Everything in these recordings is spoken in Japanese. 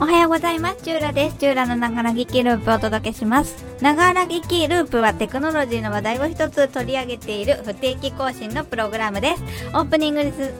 おはようございます。チューラです。チューラのながら聞きループをお届けします。ながら聞きループはテクノロジーの話題を一つ取り上げている不定期更新のプログラムです。オープニング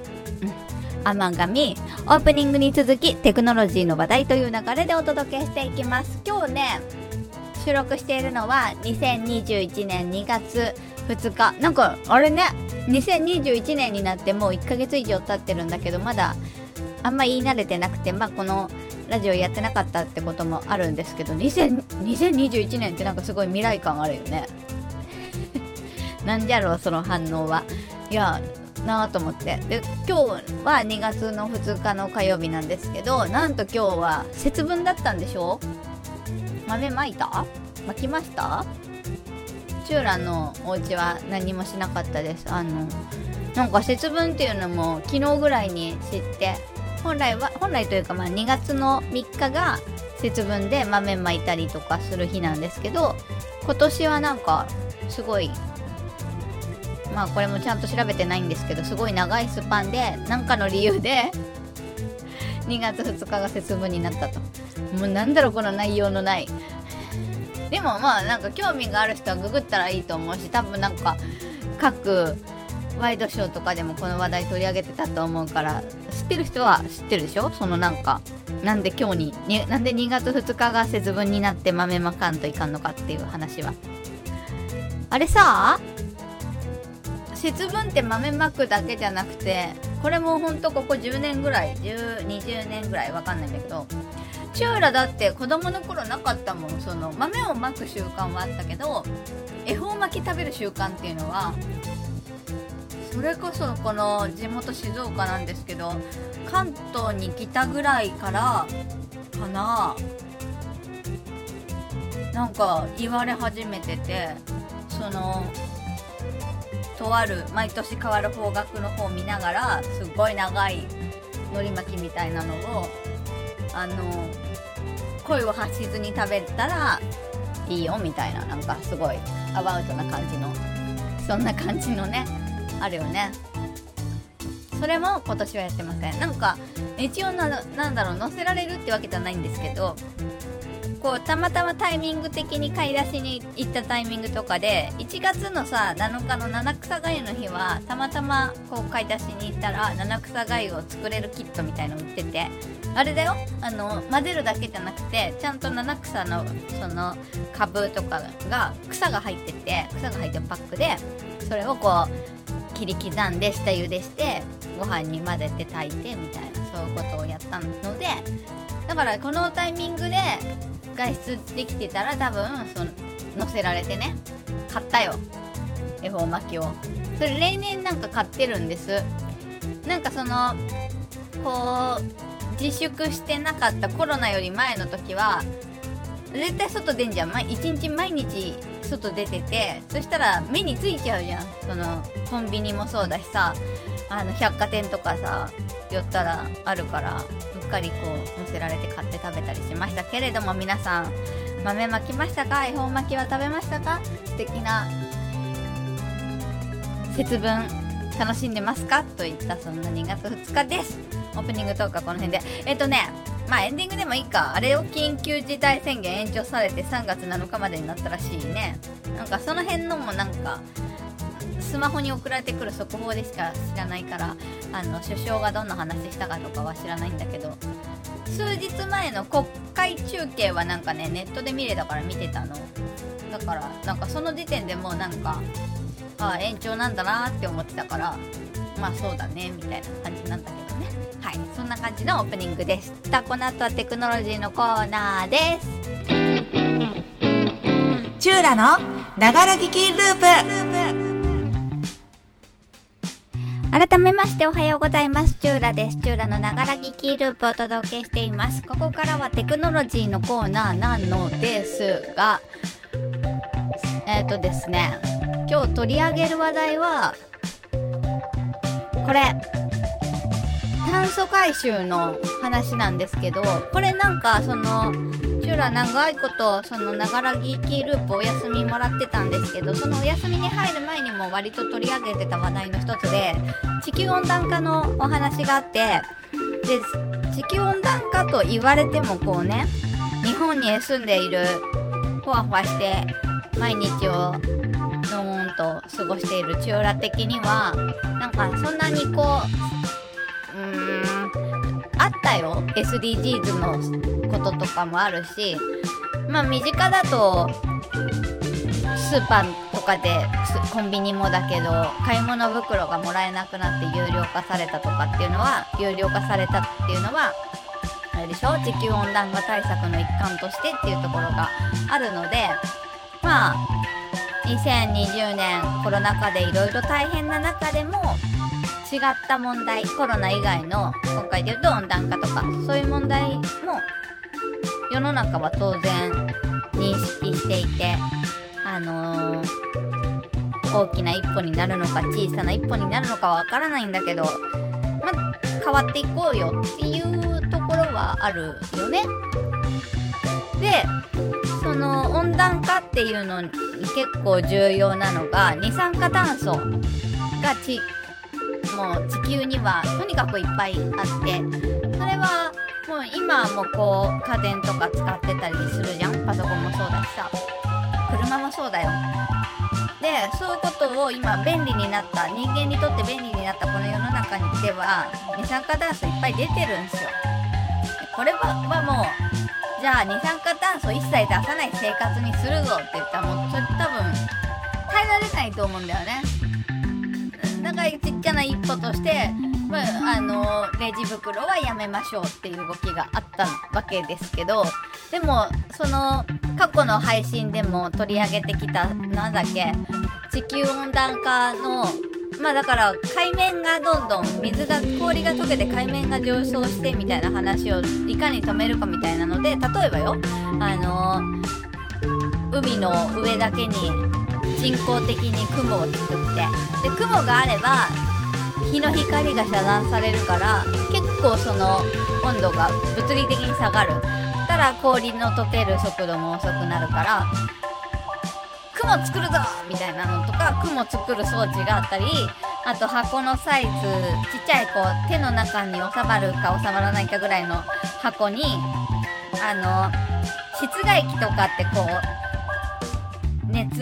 に続きテクノロジーの話題という流れでお届けしていきます。今日ね、収録しているのは2021年2月2日。なんかあれね、2021年になってもう1ヶ月以上経ってるんだけど、まだあんま言い慣れてなくて、このラジオやってなかったってこともあるんですけど、2021年ってなんかすごい未来感あるよね。なんじゃろうその反応は。いやなぁと思って。で、今日は2月の2日の火曜日なんですけど、なんと今日は節分だったんでしょ？豆まきました？チューラのお家は何もしなかったです。なんか節分っていうのも昨日ぐらいに知って、本来というか2月の3日が節分で豆まいたりとかする日なんですけど、今年はなんかすごい、これもちゃんと調べてないんですけど、すごい長いスパンでなんかの理由で2月2日が節分になったと。もうなんだろうこの内容のない。でもなんか興味がある人はググったらいいと思うし、多分なんか各ワイドショーとかでもこの話題取り上げてたと思うから、知ってる人は知ってるでしょ。そのなんで2月2日が節分になって豆まかんといかんのかっていう話は。あれさ、節分って豆まくだけじゃなくて、これもほんとここ10年ぐらい20年ぐらいわかんないんだけど、チューラだって子供の頃なかったもん。その豆をまく習慣はあったけど、恵方巻き食べる習慣っていうのは、それこそこの地元静岡なんですけど、関東に来たぐらいからかな、なんか言われ始めてて、そのとある毎年変わる方角の方を見ながら、すごい長い海苔巻きみたいなのを声を発しずに食べたらいいよみたいな、なんかすごいアバウトな感じの、そんな感じのね、あるよね。それも今年はやってません。なんか一応なんだろう、載せられるってわけじゃないんですけど、こうたまたまタイミング的に買い出しに行ったタイミングとかで、1月のさ7日の七草がゆの日はたまたまこう買い出しに行ったら、七草がゆを作れるキットみたいの売ってて、あれだよ、混ぜるだけじゃなくて、ちゃんと七草のその株とかが草が入ってるパックで、それをこう切り刻んで下茹でしてご飯に混ぜて炊いてみたいな、そういうことをやったので、だからこのタイミングで外出できてたら多分乗せられてね、買ったよ恵方巻きを。それ例年なんか買ってるんです。なんかそのこう自粛してなかったコロナより前の時は絶対外出んじゃん。1日毎日外出てて、そしたら目についちゃうじゃん。そのコンビニもそうだしさ、百貨店とかさ寄ったらあるから、うっかりこう乗せられて買って食べたりしましたけれども、皆さん豆まきましたか？恵方巻きは食べましたか？素敵な節分楽しんでますか？といったそんな2月2日です。オープニングトークはこの辺で、エンディングでもいいか。あれを緊急事態宣言延長されて3月7日までになったらしいね。なんかその辺のもなんかスマホに送られてくる速報でしか知らないから、首相がどんな話したかとかは知らないんだけど、数日前の国会中継はなんかね、ネットで見れたから見てたの。だからなんかその時点でもうなんか延長なんだなって思ってたから、そうだねみたいな感じなんだけどね。はい、そんな感じのオープニングでした。この後はテクノロジーのコーナーです。 チューラのながら聞きループ。 改めましておはようございます。チューラです。チューラのながら聞きループをお届けしています。ここからはテクノロジーのコーナーなのですが、ですね、今日取り上げる話題はこれ、炭素回収の話なんですけど、これなんかチューラ長いことながら聞きループお休みもらってたんですけど、そのお休みに入る前にも割と取り上げてた話題の一つで、地球温暖化のお話があって、で地球温暖化と言われてもこうね、日本に住んでいるふわふわして毎日をのーんと過ごしているチオラ的にはなんかそんなにこうあったよ SDGs のこととかもあるし、まあ身近だとスーパーとかでコンビニもだけど買い物袋がもらえなくなって有料化されたっていうのはあれでしょ、地球温暖化対策の一環としてっていうところがあるので、まあ2020年コロナ禍でいろいろ大変な中でも違った問題、コロナ以外の今回で言うと温暖化とかそういう問題も世の中は当然認識していて、大きな一歩になるのか小さな一歩になるのかはわからないんだけど、変わっていこうよっていうところはあるよね。で、その温暖化っていうのに結構重要なのが二酸化炭素がもう地球にはとにかくいっぱいあって、それはもう今もこう家電とか使ってたりするじゃん。パソコンもそうだしさ、車もそうだよ。で、そういうことを今便利になった、人間にとって便利になったこの世の中にでは二酸化炭素いっぱい出てるんですよ。これはもうじゃあ二酸化炭素一切出さない生活にするぞって言ったらもうそれ多分耐えられないと思うんだよね。だからちっちゃな一歩として、レジ袋はやめましょうっていう動きがあったわけですけど、でもその過去の配信でも取り上げてきた地球温暖化のだから海面がどんどん氷が溶けて海面が上昇してみたいな話をいかに止めるかみたいなので、例えばよ、海の上だけに人工的に雲を作って、で雲があれば日の光が遮断されるから結構その温度が物理的に下がる。たら氷の溶ける速度も遅くなるから雲作るぞみたいなのとか、雲作る装置があったり、あと箱のサイズちっちゃいこう手の中に収まるか収まらないかぐらいの箱に室外機とかってこう熱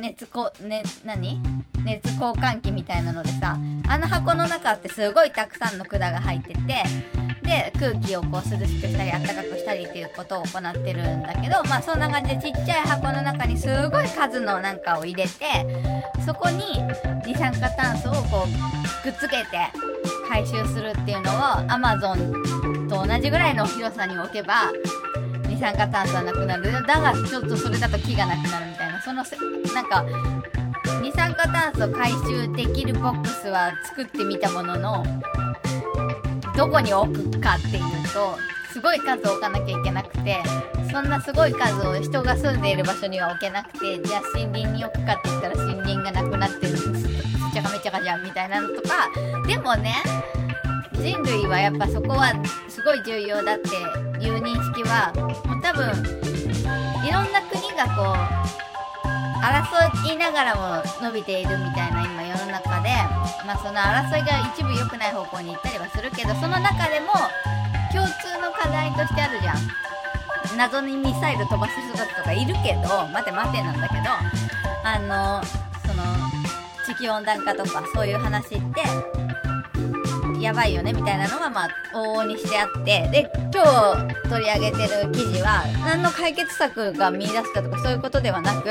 交換器みたいなのでさ、箱の中ってすごいたくさんの管が入ってて、で空気をこう涼しくしたり暖かくしたりっていうことを行ってるんだけど、そんな感じでちっちゃい箱の中にすごい数のなんかを入れて、そこに二酸化炭素をこうくっつけて回収するっていうのをアマゾンと同じぐらいの広さに置けば二酸化炭素はなくなる。だがちょっとそれだと木がなくなるみたいな、なんか二酸化炭素回収できるボックスは作ってみたものの、どこに置くかっていうとすごい数置かなきゃいけなくて、そんなすごい数を人が住んでいる場所には置けなくて、じゃあ森林に置くかって言ったら森林がなくなってる、すっちゃかめっちゃかじゃんみたいなのとか。でもね、人類はやっぱそこはすごい重要だっていう認識はもう多分いろんな国がこう争いながらも伸びているみたいな今世の中で、その争いが一部良くない方向に行ったりはするけど、その中でも共通の課題としてあるじゃん。謎にミサイル飛ばす人たちとかいるけど、待てなんだけど、その地球温暖化とかそういう話ってやばいよねみたいなのは往々にしてあって、で今日取り上げてる記事は何の解決策が見出すかとかそういうことではなく、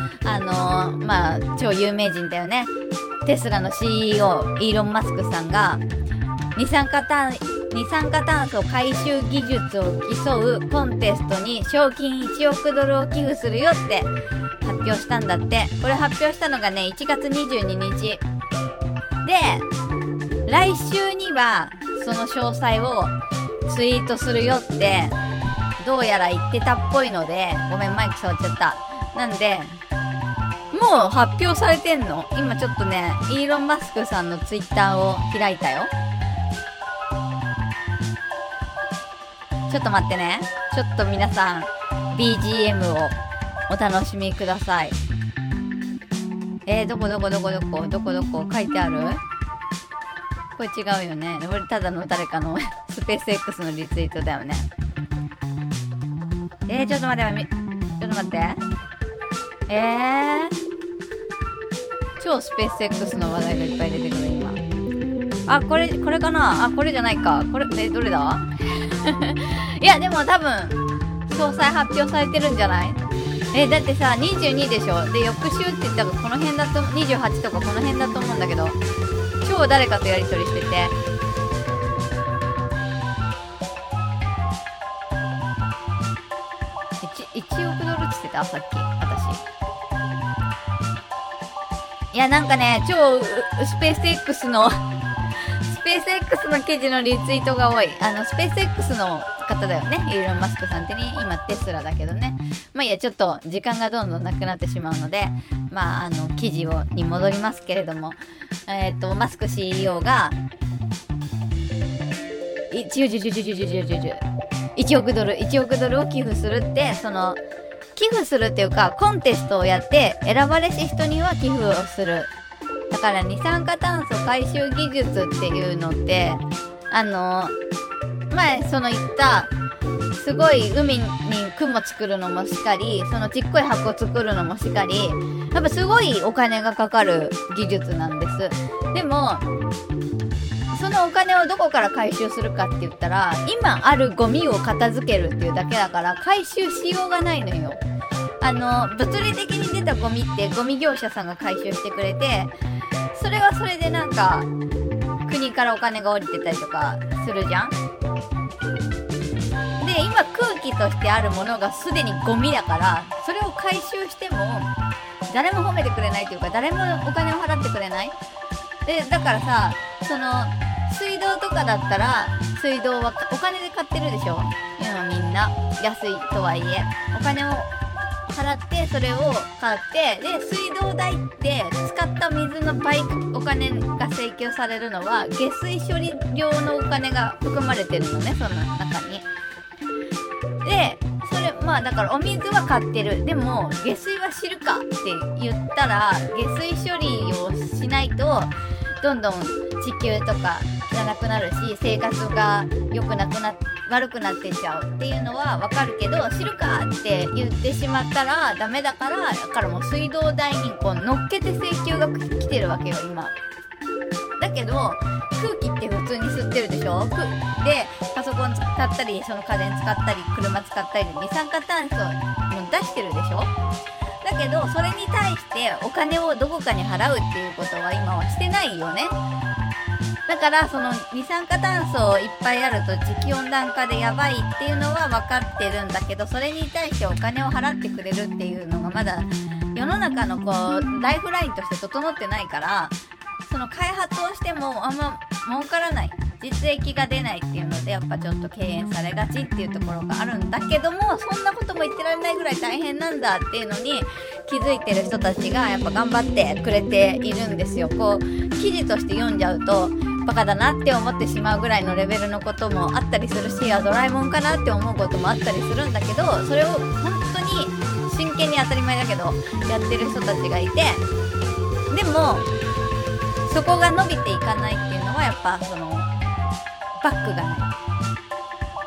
超有名人だよね、テスラの CEO イーロン・マスクさんが二酸化炭素回収技術を競うコンテストに賞金1億ドルを寄付するよって発表したんだって。これ発表したのがね1月22日で、来週にはその詳細をツイートするよってどうやら言ってたっぽいので、ごめんマイク触っちゃった。なんでもう発表されてんの？今ちょっとねイーロン・マスクさんのツイッターを開いたよ。ちょっと待ってね。ちょっと皆さん BGM をお楽しみください。どこ書いてある？これ違うよね。これただの誰かのスペース X のリツイートだよね。ちょっと待って。超スペース X の話題がいっぱい出てくる今。あ、これかなあ、これじゃないか。これ、どれだいや、でも多分、詳細発表されてるんじゃない？だってさ、22でしょ。で、翌週って言ったらこの辺だと、28とかこの辺だと思うんだけど、超誰かとやりとりしてて。1億ドルって言ってたさっき、私。いや、なんかね、超スペース X の記事のリツイートが多い。スペース X の方だよね。イーロン・マスクさんってね、今テスラだけどね。まあいいや、ちょっと時間がどんどんなくなってしまうので、まあ記事に戻りますけれども、マスク CEO が、1億ドルを寄付するって、寄付するっていうか、コンテストをやって、選ばれし人には寄付をする。だから二酸化炭素回収技術っていうのって、前言った、すごい海に雲作るのもしかり、ちっこい箱作るのもしかり、やっぱすごいお金がかかる技術なんです。でも、そのお金をどこから回収するかって言ったら、今あるゴミを片付けるっていうだけだから回収しようがないのよ。物理的に出たゴミってゴミ業者さんが回収してくれて、それはそれでなんか国からお金が降りてたりとかするじゃん。で、今空気としてあるものがすでにゴミだから、それを回収しても誰も褒めてくれないというか、誰もお金を払ってくれない。で、だからさ、水道とかだったら、水道はお金で買ってるでしょ、今みんな。安いとはいえ。お金を払って、それを買って、で、水道代って使った水の倍お金が請求されるのは、下水処理量のお金が含まれてるのね、その中に。で、だからお水は買ってる。でも、下水は知るかって言ったら、下水処理をしないと、どんどん地球とかがなくなるし、生活が悪くなっていっちゃうっていうのはわかるけど、知るかって言ってしまったらダメだから、もう水道代に乗っけて請求が来てるわけよ、今。だけど、空気って普通に吸ってるでしょ。で、パソコン使ったり、その家電使ったり、車使ったりで二酸化炭素も出してるでしょ。だけど、それに対してお金をどこかに払うっていうことは今はしてないよね。だから二酸化炭素いっぱいあると地球温暖化でやばいっていうのは分かってるんだけど、それに対してお金を払ってくれるっていうのがまだ世の中のライフラインとして整ってないから、開発をしてもあんま儲からない、実益が出ないっていうので、やっぱちょっと敬遠されがちっていうところがあるんだけども、そんなことも言ってられないぐらい大変なんだっていうのに気づいてる人たちがやっぱ頑張ってくれているんですよ。記事として読んじゃうとバカだなって思ってしまうぐらいのレベルのこともあったりするし、ドラえもんかなって思うこともあったりするんだけど、それを本当に真剣に当たり前だけどやってる人たちがいて、でもそこが伸びていかないっていうのは、やっぱバックがない、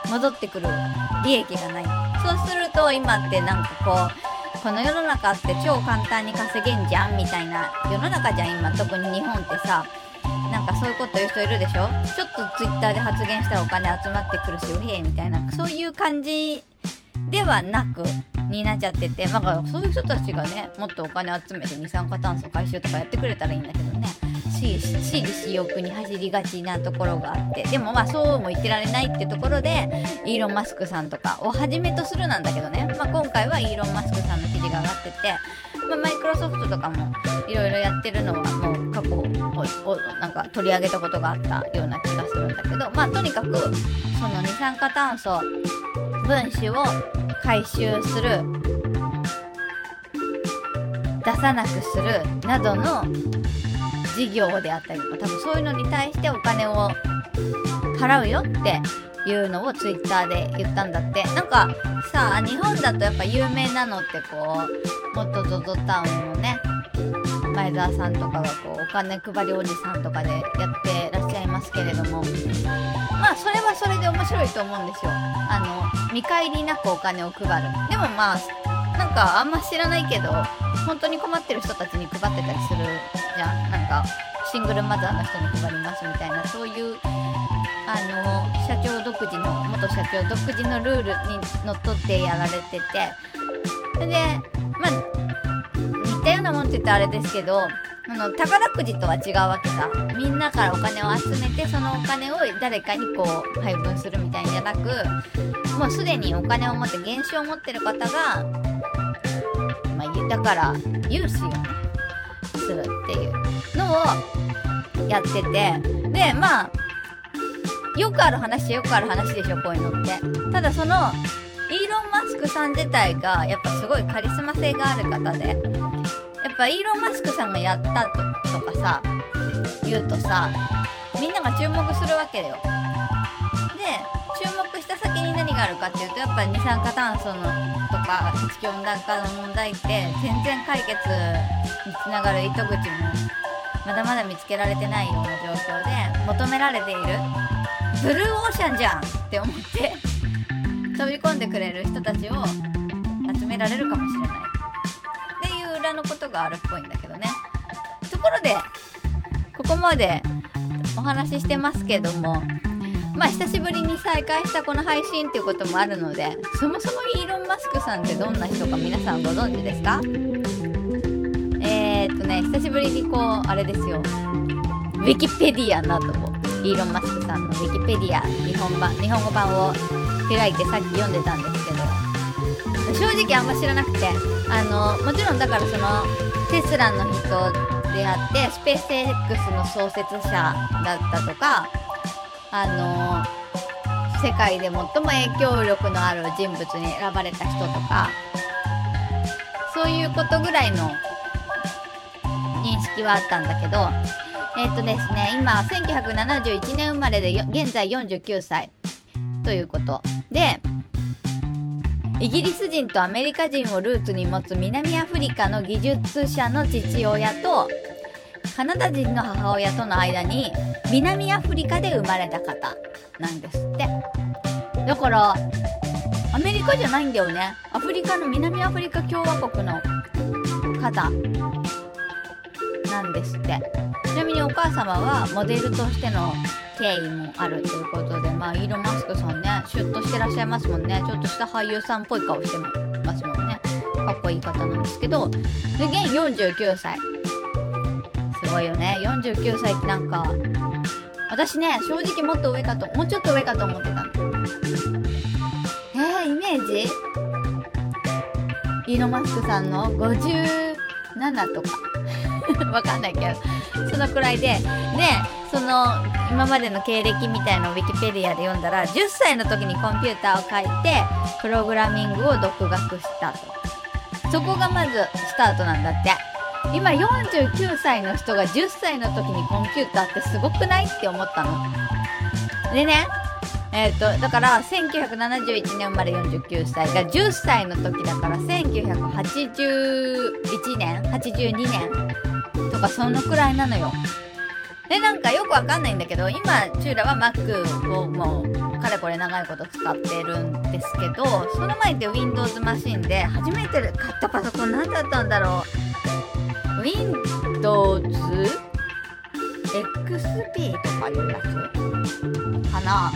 戻ってくる利益がない。そうすると今ってなんかこの世の中って超簡単に稼げんじゃんみたいな世の中じゃん今。特に日本ってさ、なんかそういうこと言う人いるでしょ。ちょっとツイッターで発言したらお金集まってくるし、へえみたいな、そういう感じではなくになっちゃってて、そういう人たちがね、もっとお金集めて二酸化炭素回収とかやってくれたらいいんだけどね。私利私欲に走りがちなところがあって、でもそうも言ってられないってところで、イーロン・マスクさんとかをはじめとするなんだけどね、今回はイーロン・マスクさんの記事が上がってて、マイクロソフトとかもいろいろやってるのはもう過去なんか取り上げたことがあったような気がするんだけど、とにかく二酸化炭素分子を回収する、出さなくするなどの事業であったりとか、多分そういうのに対してお金を払うよっていうのをツイッターで言ったんだって。なんかさ、日本だとやっぱ有名なのって元ZOZOタウンのね、前澤さんとかがお金配りおじさんとかでやってらっしゃいますけれども、まあそれはそれで面白いと思うんですよ。見返りなくお金を配る。でもまあなんかあんま知らないけど本当に困ってる人たちに配ってたりするじゃん。なんかシングルマザーの人に配りますみたいな、そういう社長独自の元社長独自のルールにのっとってやられてて、それでまあ似たようなもんって言ったらあれですけど、宝くじとは違うわけさ。みんなからお金を集めてそのお金を誰かにこう配分するみたいんじゃなく、もうすでにお金を持って原資を持ってる方が、まあ、だから融資をねするっていうのをやってて、でまあよくある話でしょこういうのって。ただそのイーロン・マスクさん自体がやっぱすごいカリスマ性がある方で、やっぱイーロン・マスクさんがやったとかさ言うとさ、みんなが注目するわけだよ。で注目した先に何があるかっていうと、やっぱり二酸化炭素のとか地球温暖化の問題って全然解決につながる糸口もまだまだ見つけられてないような状況で求められているブルーオーシャンじゃんって思って飛び込んでくれる人たちを集められるかもしれないっていう裏のことがあるっぽいんだけどね。ところでここまでお話ししてますけども、まあ久しぶりに再開したこの配信っていうこともあるので、そもそもイーロン・マスクさんってどんな人か皆さんご存知ですか？久しぶりにこうあれですよ、ウィキペディアなどをイーロン・マスクさんのウィキペディア日本語版を開いてさっき読んでたんですけど、正直あんま知らなくて、もちろんだからそのテスラの人であってスペース X の創設者だったとか、世界で最も影響力のある人物に選ばれた人とか、そういうことぐらいの認識はあったんだけど、ですね、今1971年生まれで現在49歳ということで、イギリス人とアメリカ人をルーツに持つ南アフリカの技術者の父親とカナダ人の母親との間に南アフリカで生まれた方なんですって。だからアメリカじゃないんだよね。アフリカの南アフリカ共和国の方なんですって。ちなみにお母様はモデルとしての経緯もあるということで、まあイーロン・マスクさんね、シュッとしてらっしゃいますもんね。ちょっとした俳優さんっぽい顔してますもんね。かっこいい方なんですけど、で現49歳すごいよね。49歳ってなんか私ね、正直もうちょっと上かと思ってたの。イメージイーロン・マスクさんの57とかわかんないけどそのくらいで、その今までの経歴みたいなのをウィキペディアで読んだら、10歳の時にコンピューターを書いてプログラミングを独学したと。そこがまずスタートなんだって。今49歳の人が10歳の時にコンピューターってすごくないって思ったのでね。だから1971年生まれ49歳が10歳の時だから1981年82年とかそのくらいなのよ。でなんかよくわかんないんだけど、今チューラは Mac をもうかれこれ長いこと使ってるんですけど、その前って Windows マシンで初めて買ったパソコン何だったんだろう。 Windows XP とかいうやつかな。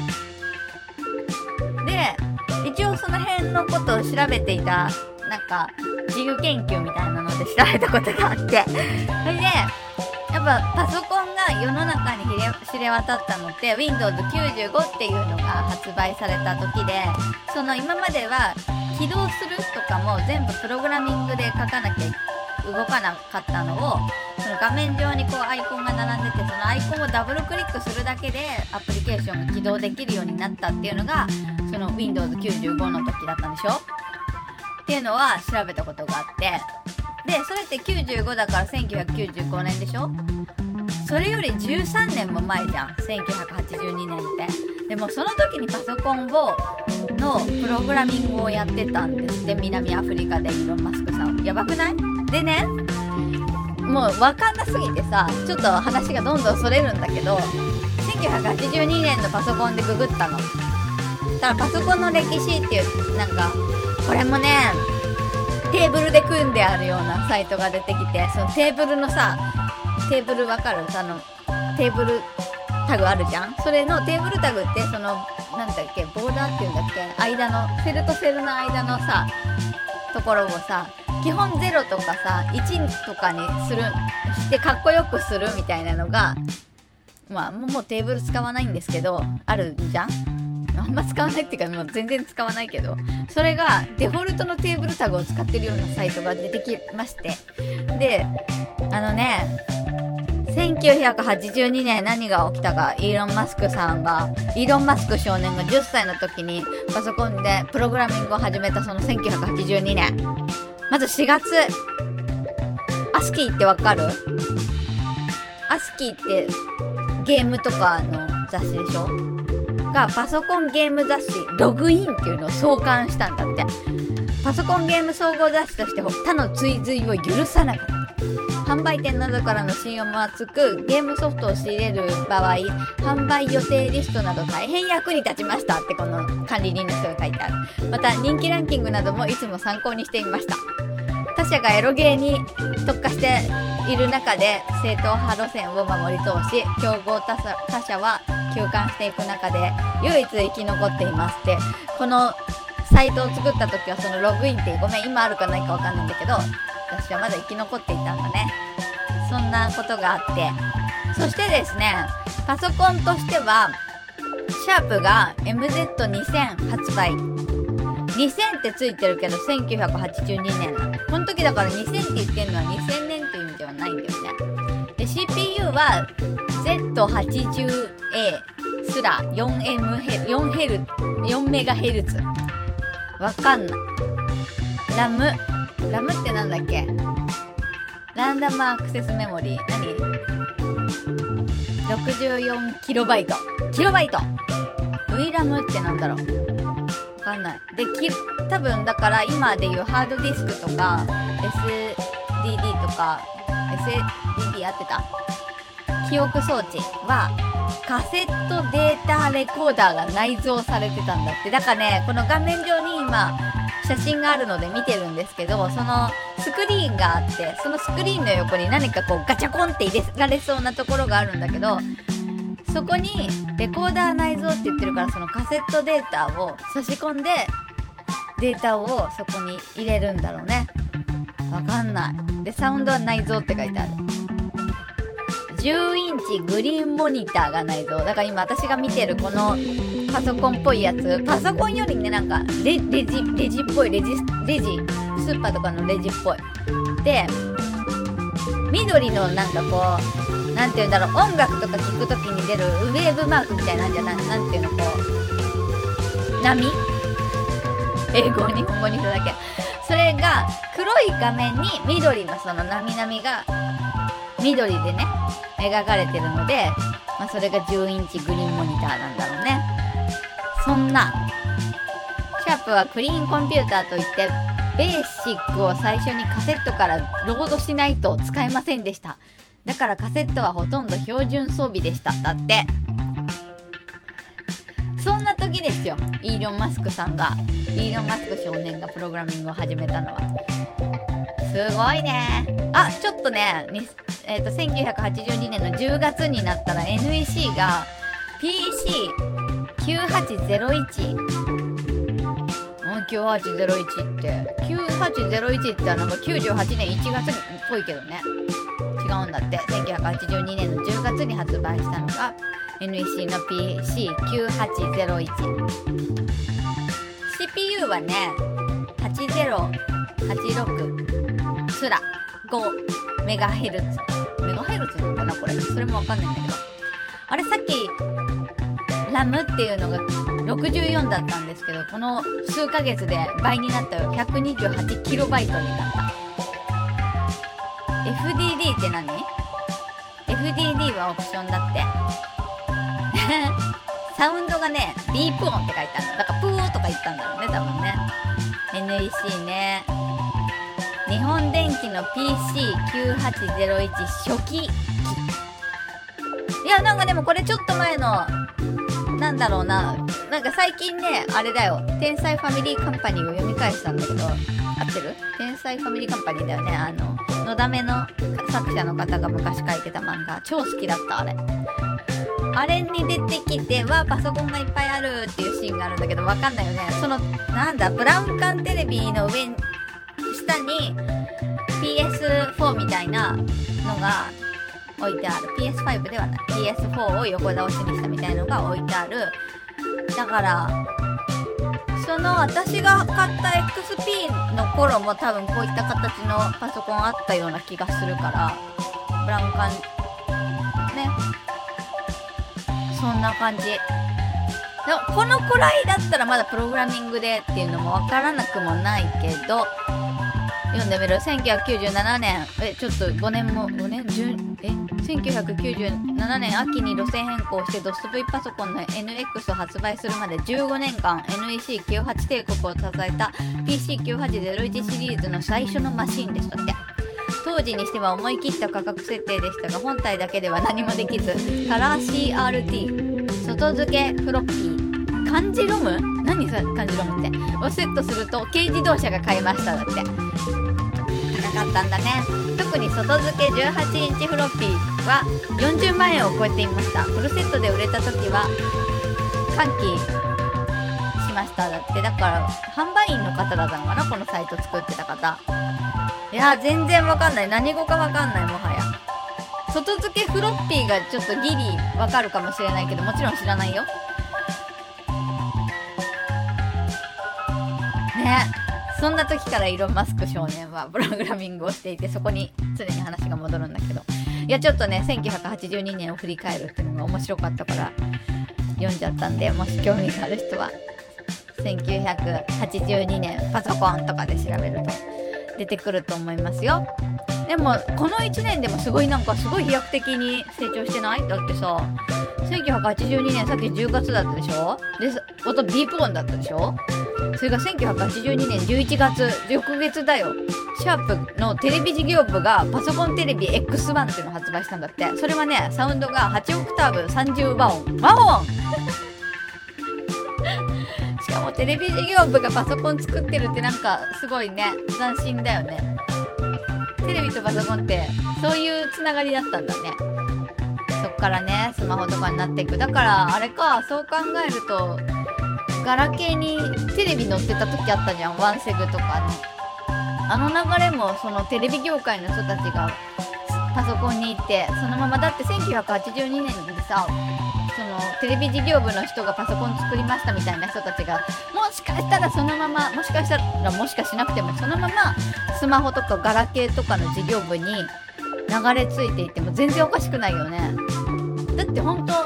で一応その辺のことを調べていた、なんか自由研究みたいなので調べたことがあって、それでやっぱパソコンが世の中に知れ渡ったのって Windows95 っていうのが発売された時で、その今までは起動するとかも全部プログラミングで書かなきゃ動かなかったのを、その画面上にこうアイコンが並んでて、そのアイコンをダブルクリックするだけでアプリケーションが起動できるようになったっていうのがその Windows95 の時だったんでしょっていうのは調べたことがあって、でそれって95だから1995年でしょ。それより13年も前じゃん、1982年って。でもその時にパソコンのプログラミングをやってたんですって、南アフリカでイーロン・マスクさん。やばくない？でね、 もう分かんなすぎてさ、ちょっと話がどんどんそれるんだけど、1982年のパソコンでググったの。だからパソコンの歴史っていう、なんかこれもねテーブルで組んであるようなサイトが出てきて、そのテーブルのさ、テーブルわかる？テーブルタグあるじゃん。それのテーブルタグって、そのなんだっけ、ボーダーっていうんだっけ、間のセルとセルの間のさところをさ、基本0とかさ1とかにしてかっこよくするみたいなのが、まあもうテーブル使わないんですけどあるじゃん。あんま使わないっていうか、もう全然使わないけど、それがデフォルトのテーブルタグを使ってるようなサイトが出てきまして、で1982年何が起きたか、イーロン・マスク少年が10歳の時にパソコンでプログラミングを始めた、その1982年、まず4月、アスキーってわかる？アスキーってゲームとかの雑誌でしょが、パソコンゲーム雑誌ログインっていうのを創刊したんだって。パソコンゲーム総合雑誌として他の追随を許さなかった。販売店などからの信用も厚く、ゲームソフトを仕入れる場合、販売予定リストなど大変役に立ちましたってこの管理人の人が書いてある。また人気ランキングなどもいつも参考にしていました。他社がエロゲーに特化している中で正統派路線を守り通し、競合他社は休館していく中で唯一生き残っていますって。このサイトを作った時はそのログインって、ごめん今あるかないかわかんないんだけど、私はまだ生き残っていたんだね。そんなことがあって、そしてですね、パソコンとしてはシャープが MZ2000 発売。2000ってついてるけど1982年なの。この時だから2000って言ってるのは2000年という意味ではないんだよね。で CPU は Z80A すら 4MHz わかんない。ラムってなんだっけ、ランダムアクセスメモリー、何 64KB キロバイト VRAM ってなんだろう、わかんない。で多分だから今でいうハードディスクとか SDD とか SDD 合ってた、記憶装置はカセットデータレコーダーが内蔵されてたんだって。だからね、この画面上に今写真があるので見てるんですけど、そのスクリーンがあって、そのスクリーンの横に何かこうガチャコンって入れられそうなところがあるんだけど、そこにレコーダー内蔵って言ってるから、そのカセットデータを差し込んでデータをそこに入れるんだろうね。わかんない。でサウンドは内蔵って書いてある。10インチグリーンモニターが内蔵だから、今私が見てるこのパソコンっぽいやつ、パソコンよりね、なんかレジっぽい、レジスーパーとかのレジっぽいで、緑のなんかこう、なんていうんだろう、音楽とか聞くときに出るウェーブマークみたいなんじゃない、なんていうの、こう波、英語を日本語にしただけ、それが黒い画面に緑のその波々が緑でね描かれてるので、まあ、それが10インチグリーンモニターなんだろうね。そんなシャープはクリーンコンピューターといって、ベーシックを最初にカセットからロードしないと使えませんでした。だからカセットはほとんど標準装備でした。だって。そんな時ですよ、イーロン・マスク少年がプログラミングを始めたのは。すごいね。あ、ちょっとね、1982年の10月になったら NEC が PC9801、9801って9801ってなんか98年1月っぽいけどね、違うんだって。1982年の10月に発売したのが NEC の PC9801。 CPU はね8086すら5メガヘルツなのかな、これ。それもわかんないんだけど、あれさっきラムっていうのが64だったんですけど、この数ヶ月で倍になったよ。128キロバイトになった。 FDD って何？ FDD はオプションだってサウンドがねビープ音って書いてある。だからプーとか言ったんだろうね、多分ね。 NEC ね。 日本電機の PC9801 初期機。いやなんかでもこれちょっと前のなんだろうな、なんか最近ねあれだよ、天才ファミリーカンパニーを読み返したんだけど、合ってる？天才ファミリーカンパニーだよね。のだめの作者の方が昔書いてた漫画、超好きだった。あれに出てきてはパソコンがいっぱいあるっていうシーンがあるんだけど、わかんないよね。そのなんだ、ブラウン管テレビの上に下に PS4 みたいなのが置いてある。 PS5 ではない PS4 を横倒しにしたみたいのが置いてある。だからその私が買った XP の頃も多分こういった形のパソコンあったような気がするから、ブラウン管ね、そんな感じでもこのくらいだったらまだプログラミングでっていうのもわからなくもないけど、読んでみる。1997年ちょっと5年1997年秋に路線変更して DOSV パソコンの NX を発売するまで15年間 NEC98 帝国を支えた PC9801 シリーズの最初のマシンでしたって。当時にしては思い切った価格設定でしたが、本体だけでは何もできず、カラー CRT 外付けフロッピー漢字ロム、何それ漢字ロムってをセットすると軽自動車が買えましただって。高かったんだね。特に外付け18インチフロッピーは40万円を超えていました。フルセットで売れた時は歓喜しましただって。だから販売員の方だったのかな、このサイト作ってた方。いや全然わかんない、何語かわかんない。もはや外付けフロッピーがちょっとギリわかるかもしれないけど、もちろん知らないよね。そんな時からイーロン・マスク少年はプログラミングをしていて、そこに常に話が戻るんだけど、いやちょっとね1982年を振り返るっていうのが面白かったから読んじゃったんで、もし興味がある人は1982年パソコンとかで調べると出てくると思いますよ。でもこの1年でもすごいなんかすごい飛躍的に成長してない？だってさ1982年さっき10月だったでしょ。で音ビープ音だったでしょ。それが1982年11月翌月だよ。シャープのテレビ事業部がパソコンテレビ X1 っていうのを発売したんだって。それはねサウンドが8オクターブ30和音しかもテレビ事業部がパソコン作ってるってなんかすごいね、斬新だよね。テレビとパソコンってそういうつながりだったんだね。そっからねスマホとかになっていく。だからあれか、そう考えるとガラケーにテレビ載ってた時あったじゃん、ワンセグとかね。あの流れもそのテレビ業界の人たちがパソコンに行ってそのまま、だって1982年でさ、そのテレビ事業部の人がパソコン作りましたみたいな人たちがもしかしたらそのまま、もしかしたらもしかしなくてもそのままスマホとかガラケーとかの事業部に流れ着いていても全然おかしくないよね。だってほんと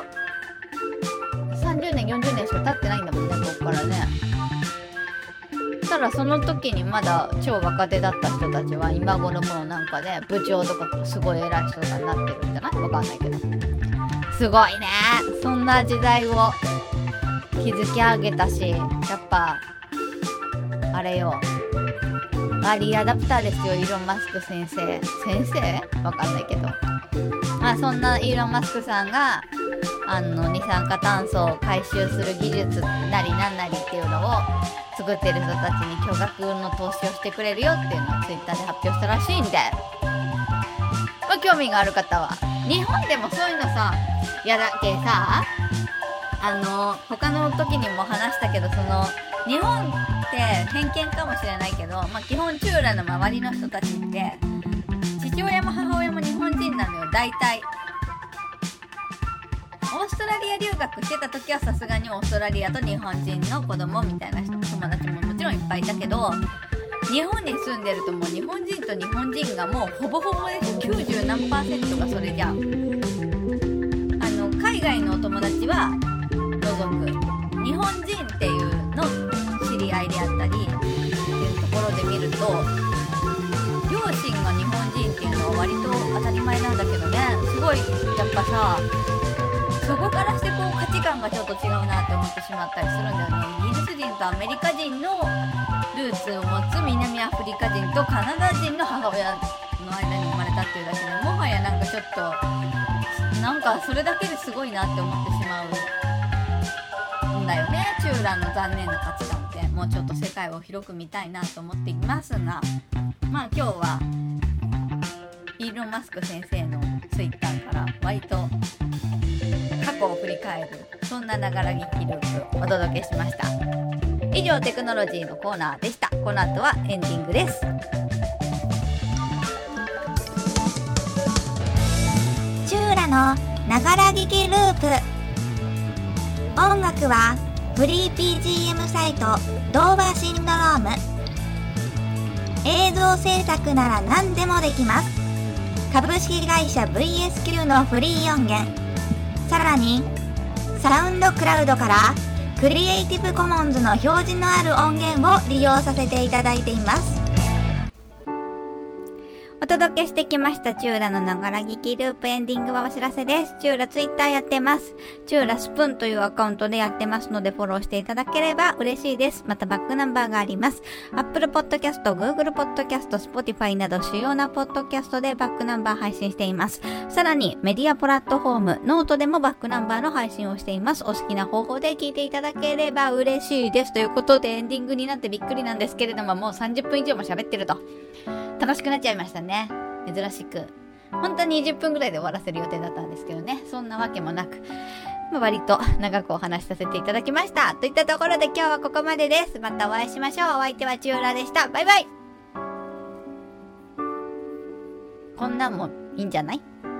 30年40年しか経ってないんだもんね、ここからね。ただその時にまだ超若手だった人たちは今頃もうなんかね部長とかすごい偉い人とかになってるんじゃない？わかんないけど、すごいね。そんな時代を築き上げたし、やっぱあれよ、アーリーアダプターですよ、イーロン・マスク先生。先生？わかんないけど、まあそんなイーロン・マスクさんが二酸化炭素を回収する技術なりなんなりっていうのを作ってる人たちに巨額の投資をしてくれるよっていうのをツイッターで発表したらしいんで、まあ、興味がある方は。日本でもそういうのさ、いやだっけさ、他の時にも話したけど、その日本って偏見かもしれないけど、まあ、基本チューラの周りの人たちって父親も母親も日本人なのよ、大体。オーストラリア留学してた時はさすがにオーストラリアと日本人の子供みたいな友達ももちろんいっぱいいたけど、日本に住んでるともう日本人と日本人がもうほぼほぼです。90何%がそれじゃん。海外のお友達は除く日本人っていうの知り合いであったりっていうところで見ると、両親が日本人っていうのは割と当たり前なんだけどね、すごいやっぱさそこからしてこう価値観がちょっと違うなって思ってしまったりするんだよね。イギリス人とアメリカ人のルーツを持つ南アフリカ人とカナダ人の母親の間に生まれたっていうだけで、もはやなんかちょっとなんかそれだけですごいなって思ってしまうんだよね。チューラの残念な価値観って、もうちょっと世界を広く見たいなと思っていますが、まあ今日はイーロン・マスク先生のツイッターから割と過去を振り返る、そんなながら聞きループお届けしました。以上、テクノロジーのコーナーでした。この後はエンディングです。 チューラのながら聞きループ。音楽はフリー BGM サイトドーバーシンドローム。映像制作なら何でもできます。株式会社 VSQ のフリー音源、さらにサウンドクラウドからクリエイティブコモンズの表示のある音源を利用させていただいています。 お届けしてきましたチューラのながら聞きループ、エンディングはお知らせです。チューラツイッターやってます。チューラスプーンというアカウントでやってますので、フォローしていただければ嬉しいです。またバックナンバーがあります。Apple Podcast、Google Podcast、Spotify など主要なポッドキャストでバックナンバー配信しています。さらにメディアプラットフォームノートでもバックナンバーの配信をしています。お好きな方法で聞いていただければ嬉しいです。ということでエンディングになってびっくりなんですけれども、もう30分以上も喋ってると楽しくなっちゃいましたね。珍しく本当に20分ぐらいで終わらせる予定だったんですけどね、そんなわけもなく、割と長くお話しさせていただきました。といったところで今日はここまでです。またお会いしましょう。お相手はチューラでした。バイバイ。こんなんもいいんじゃない？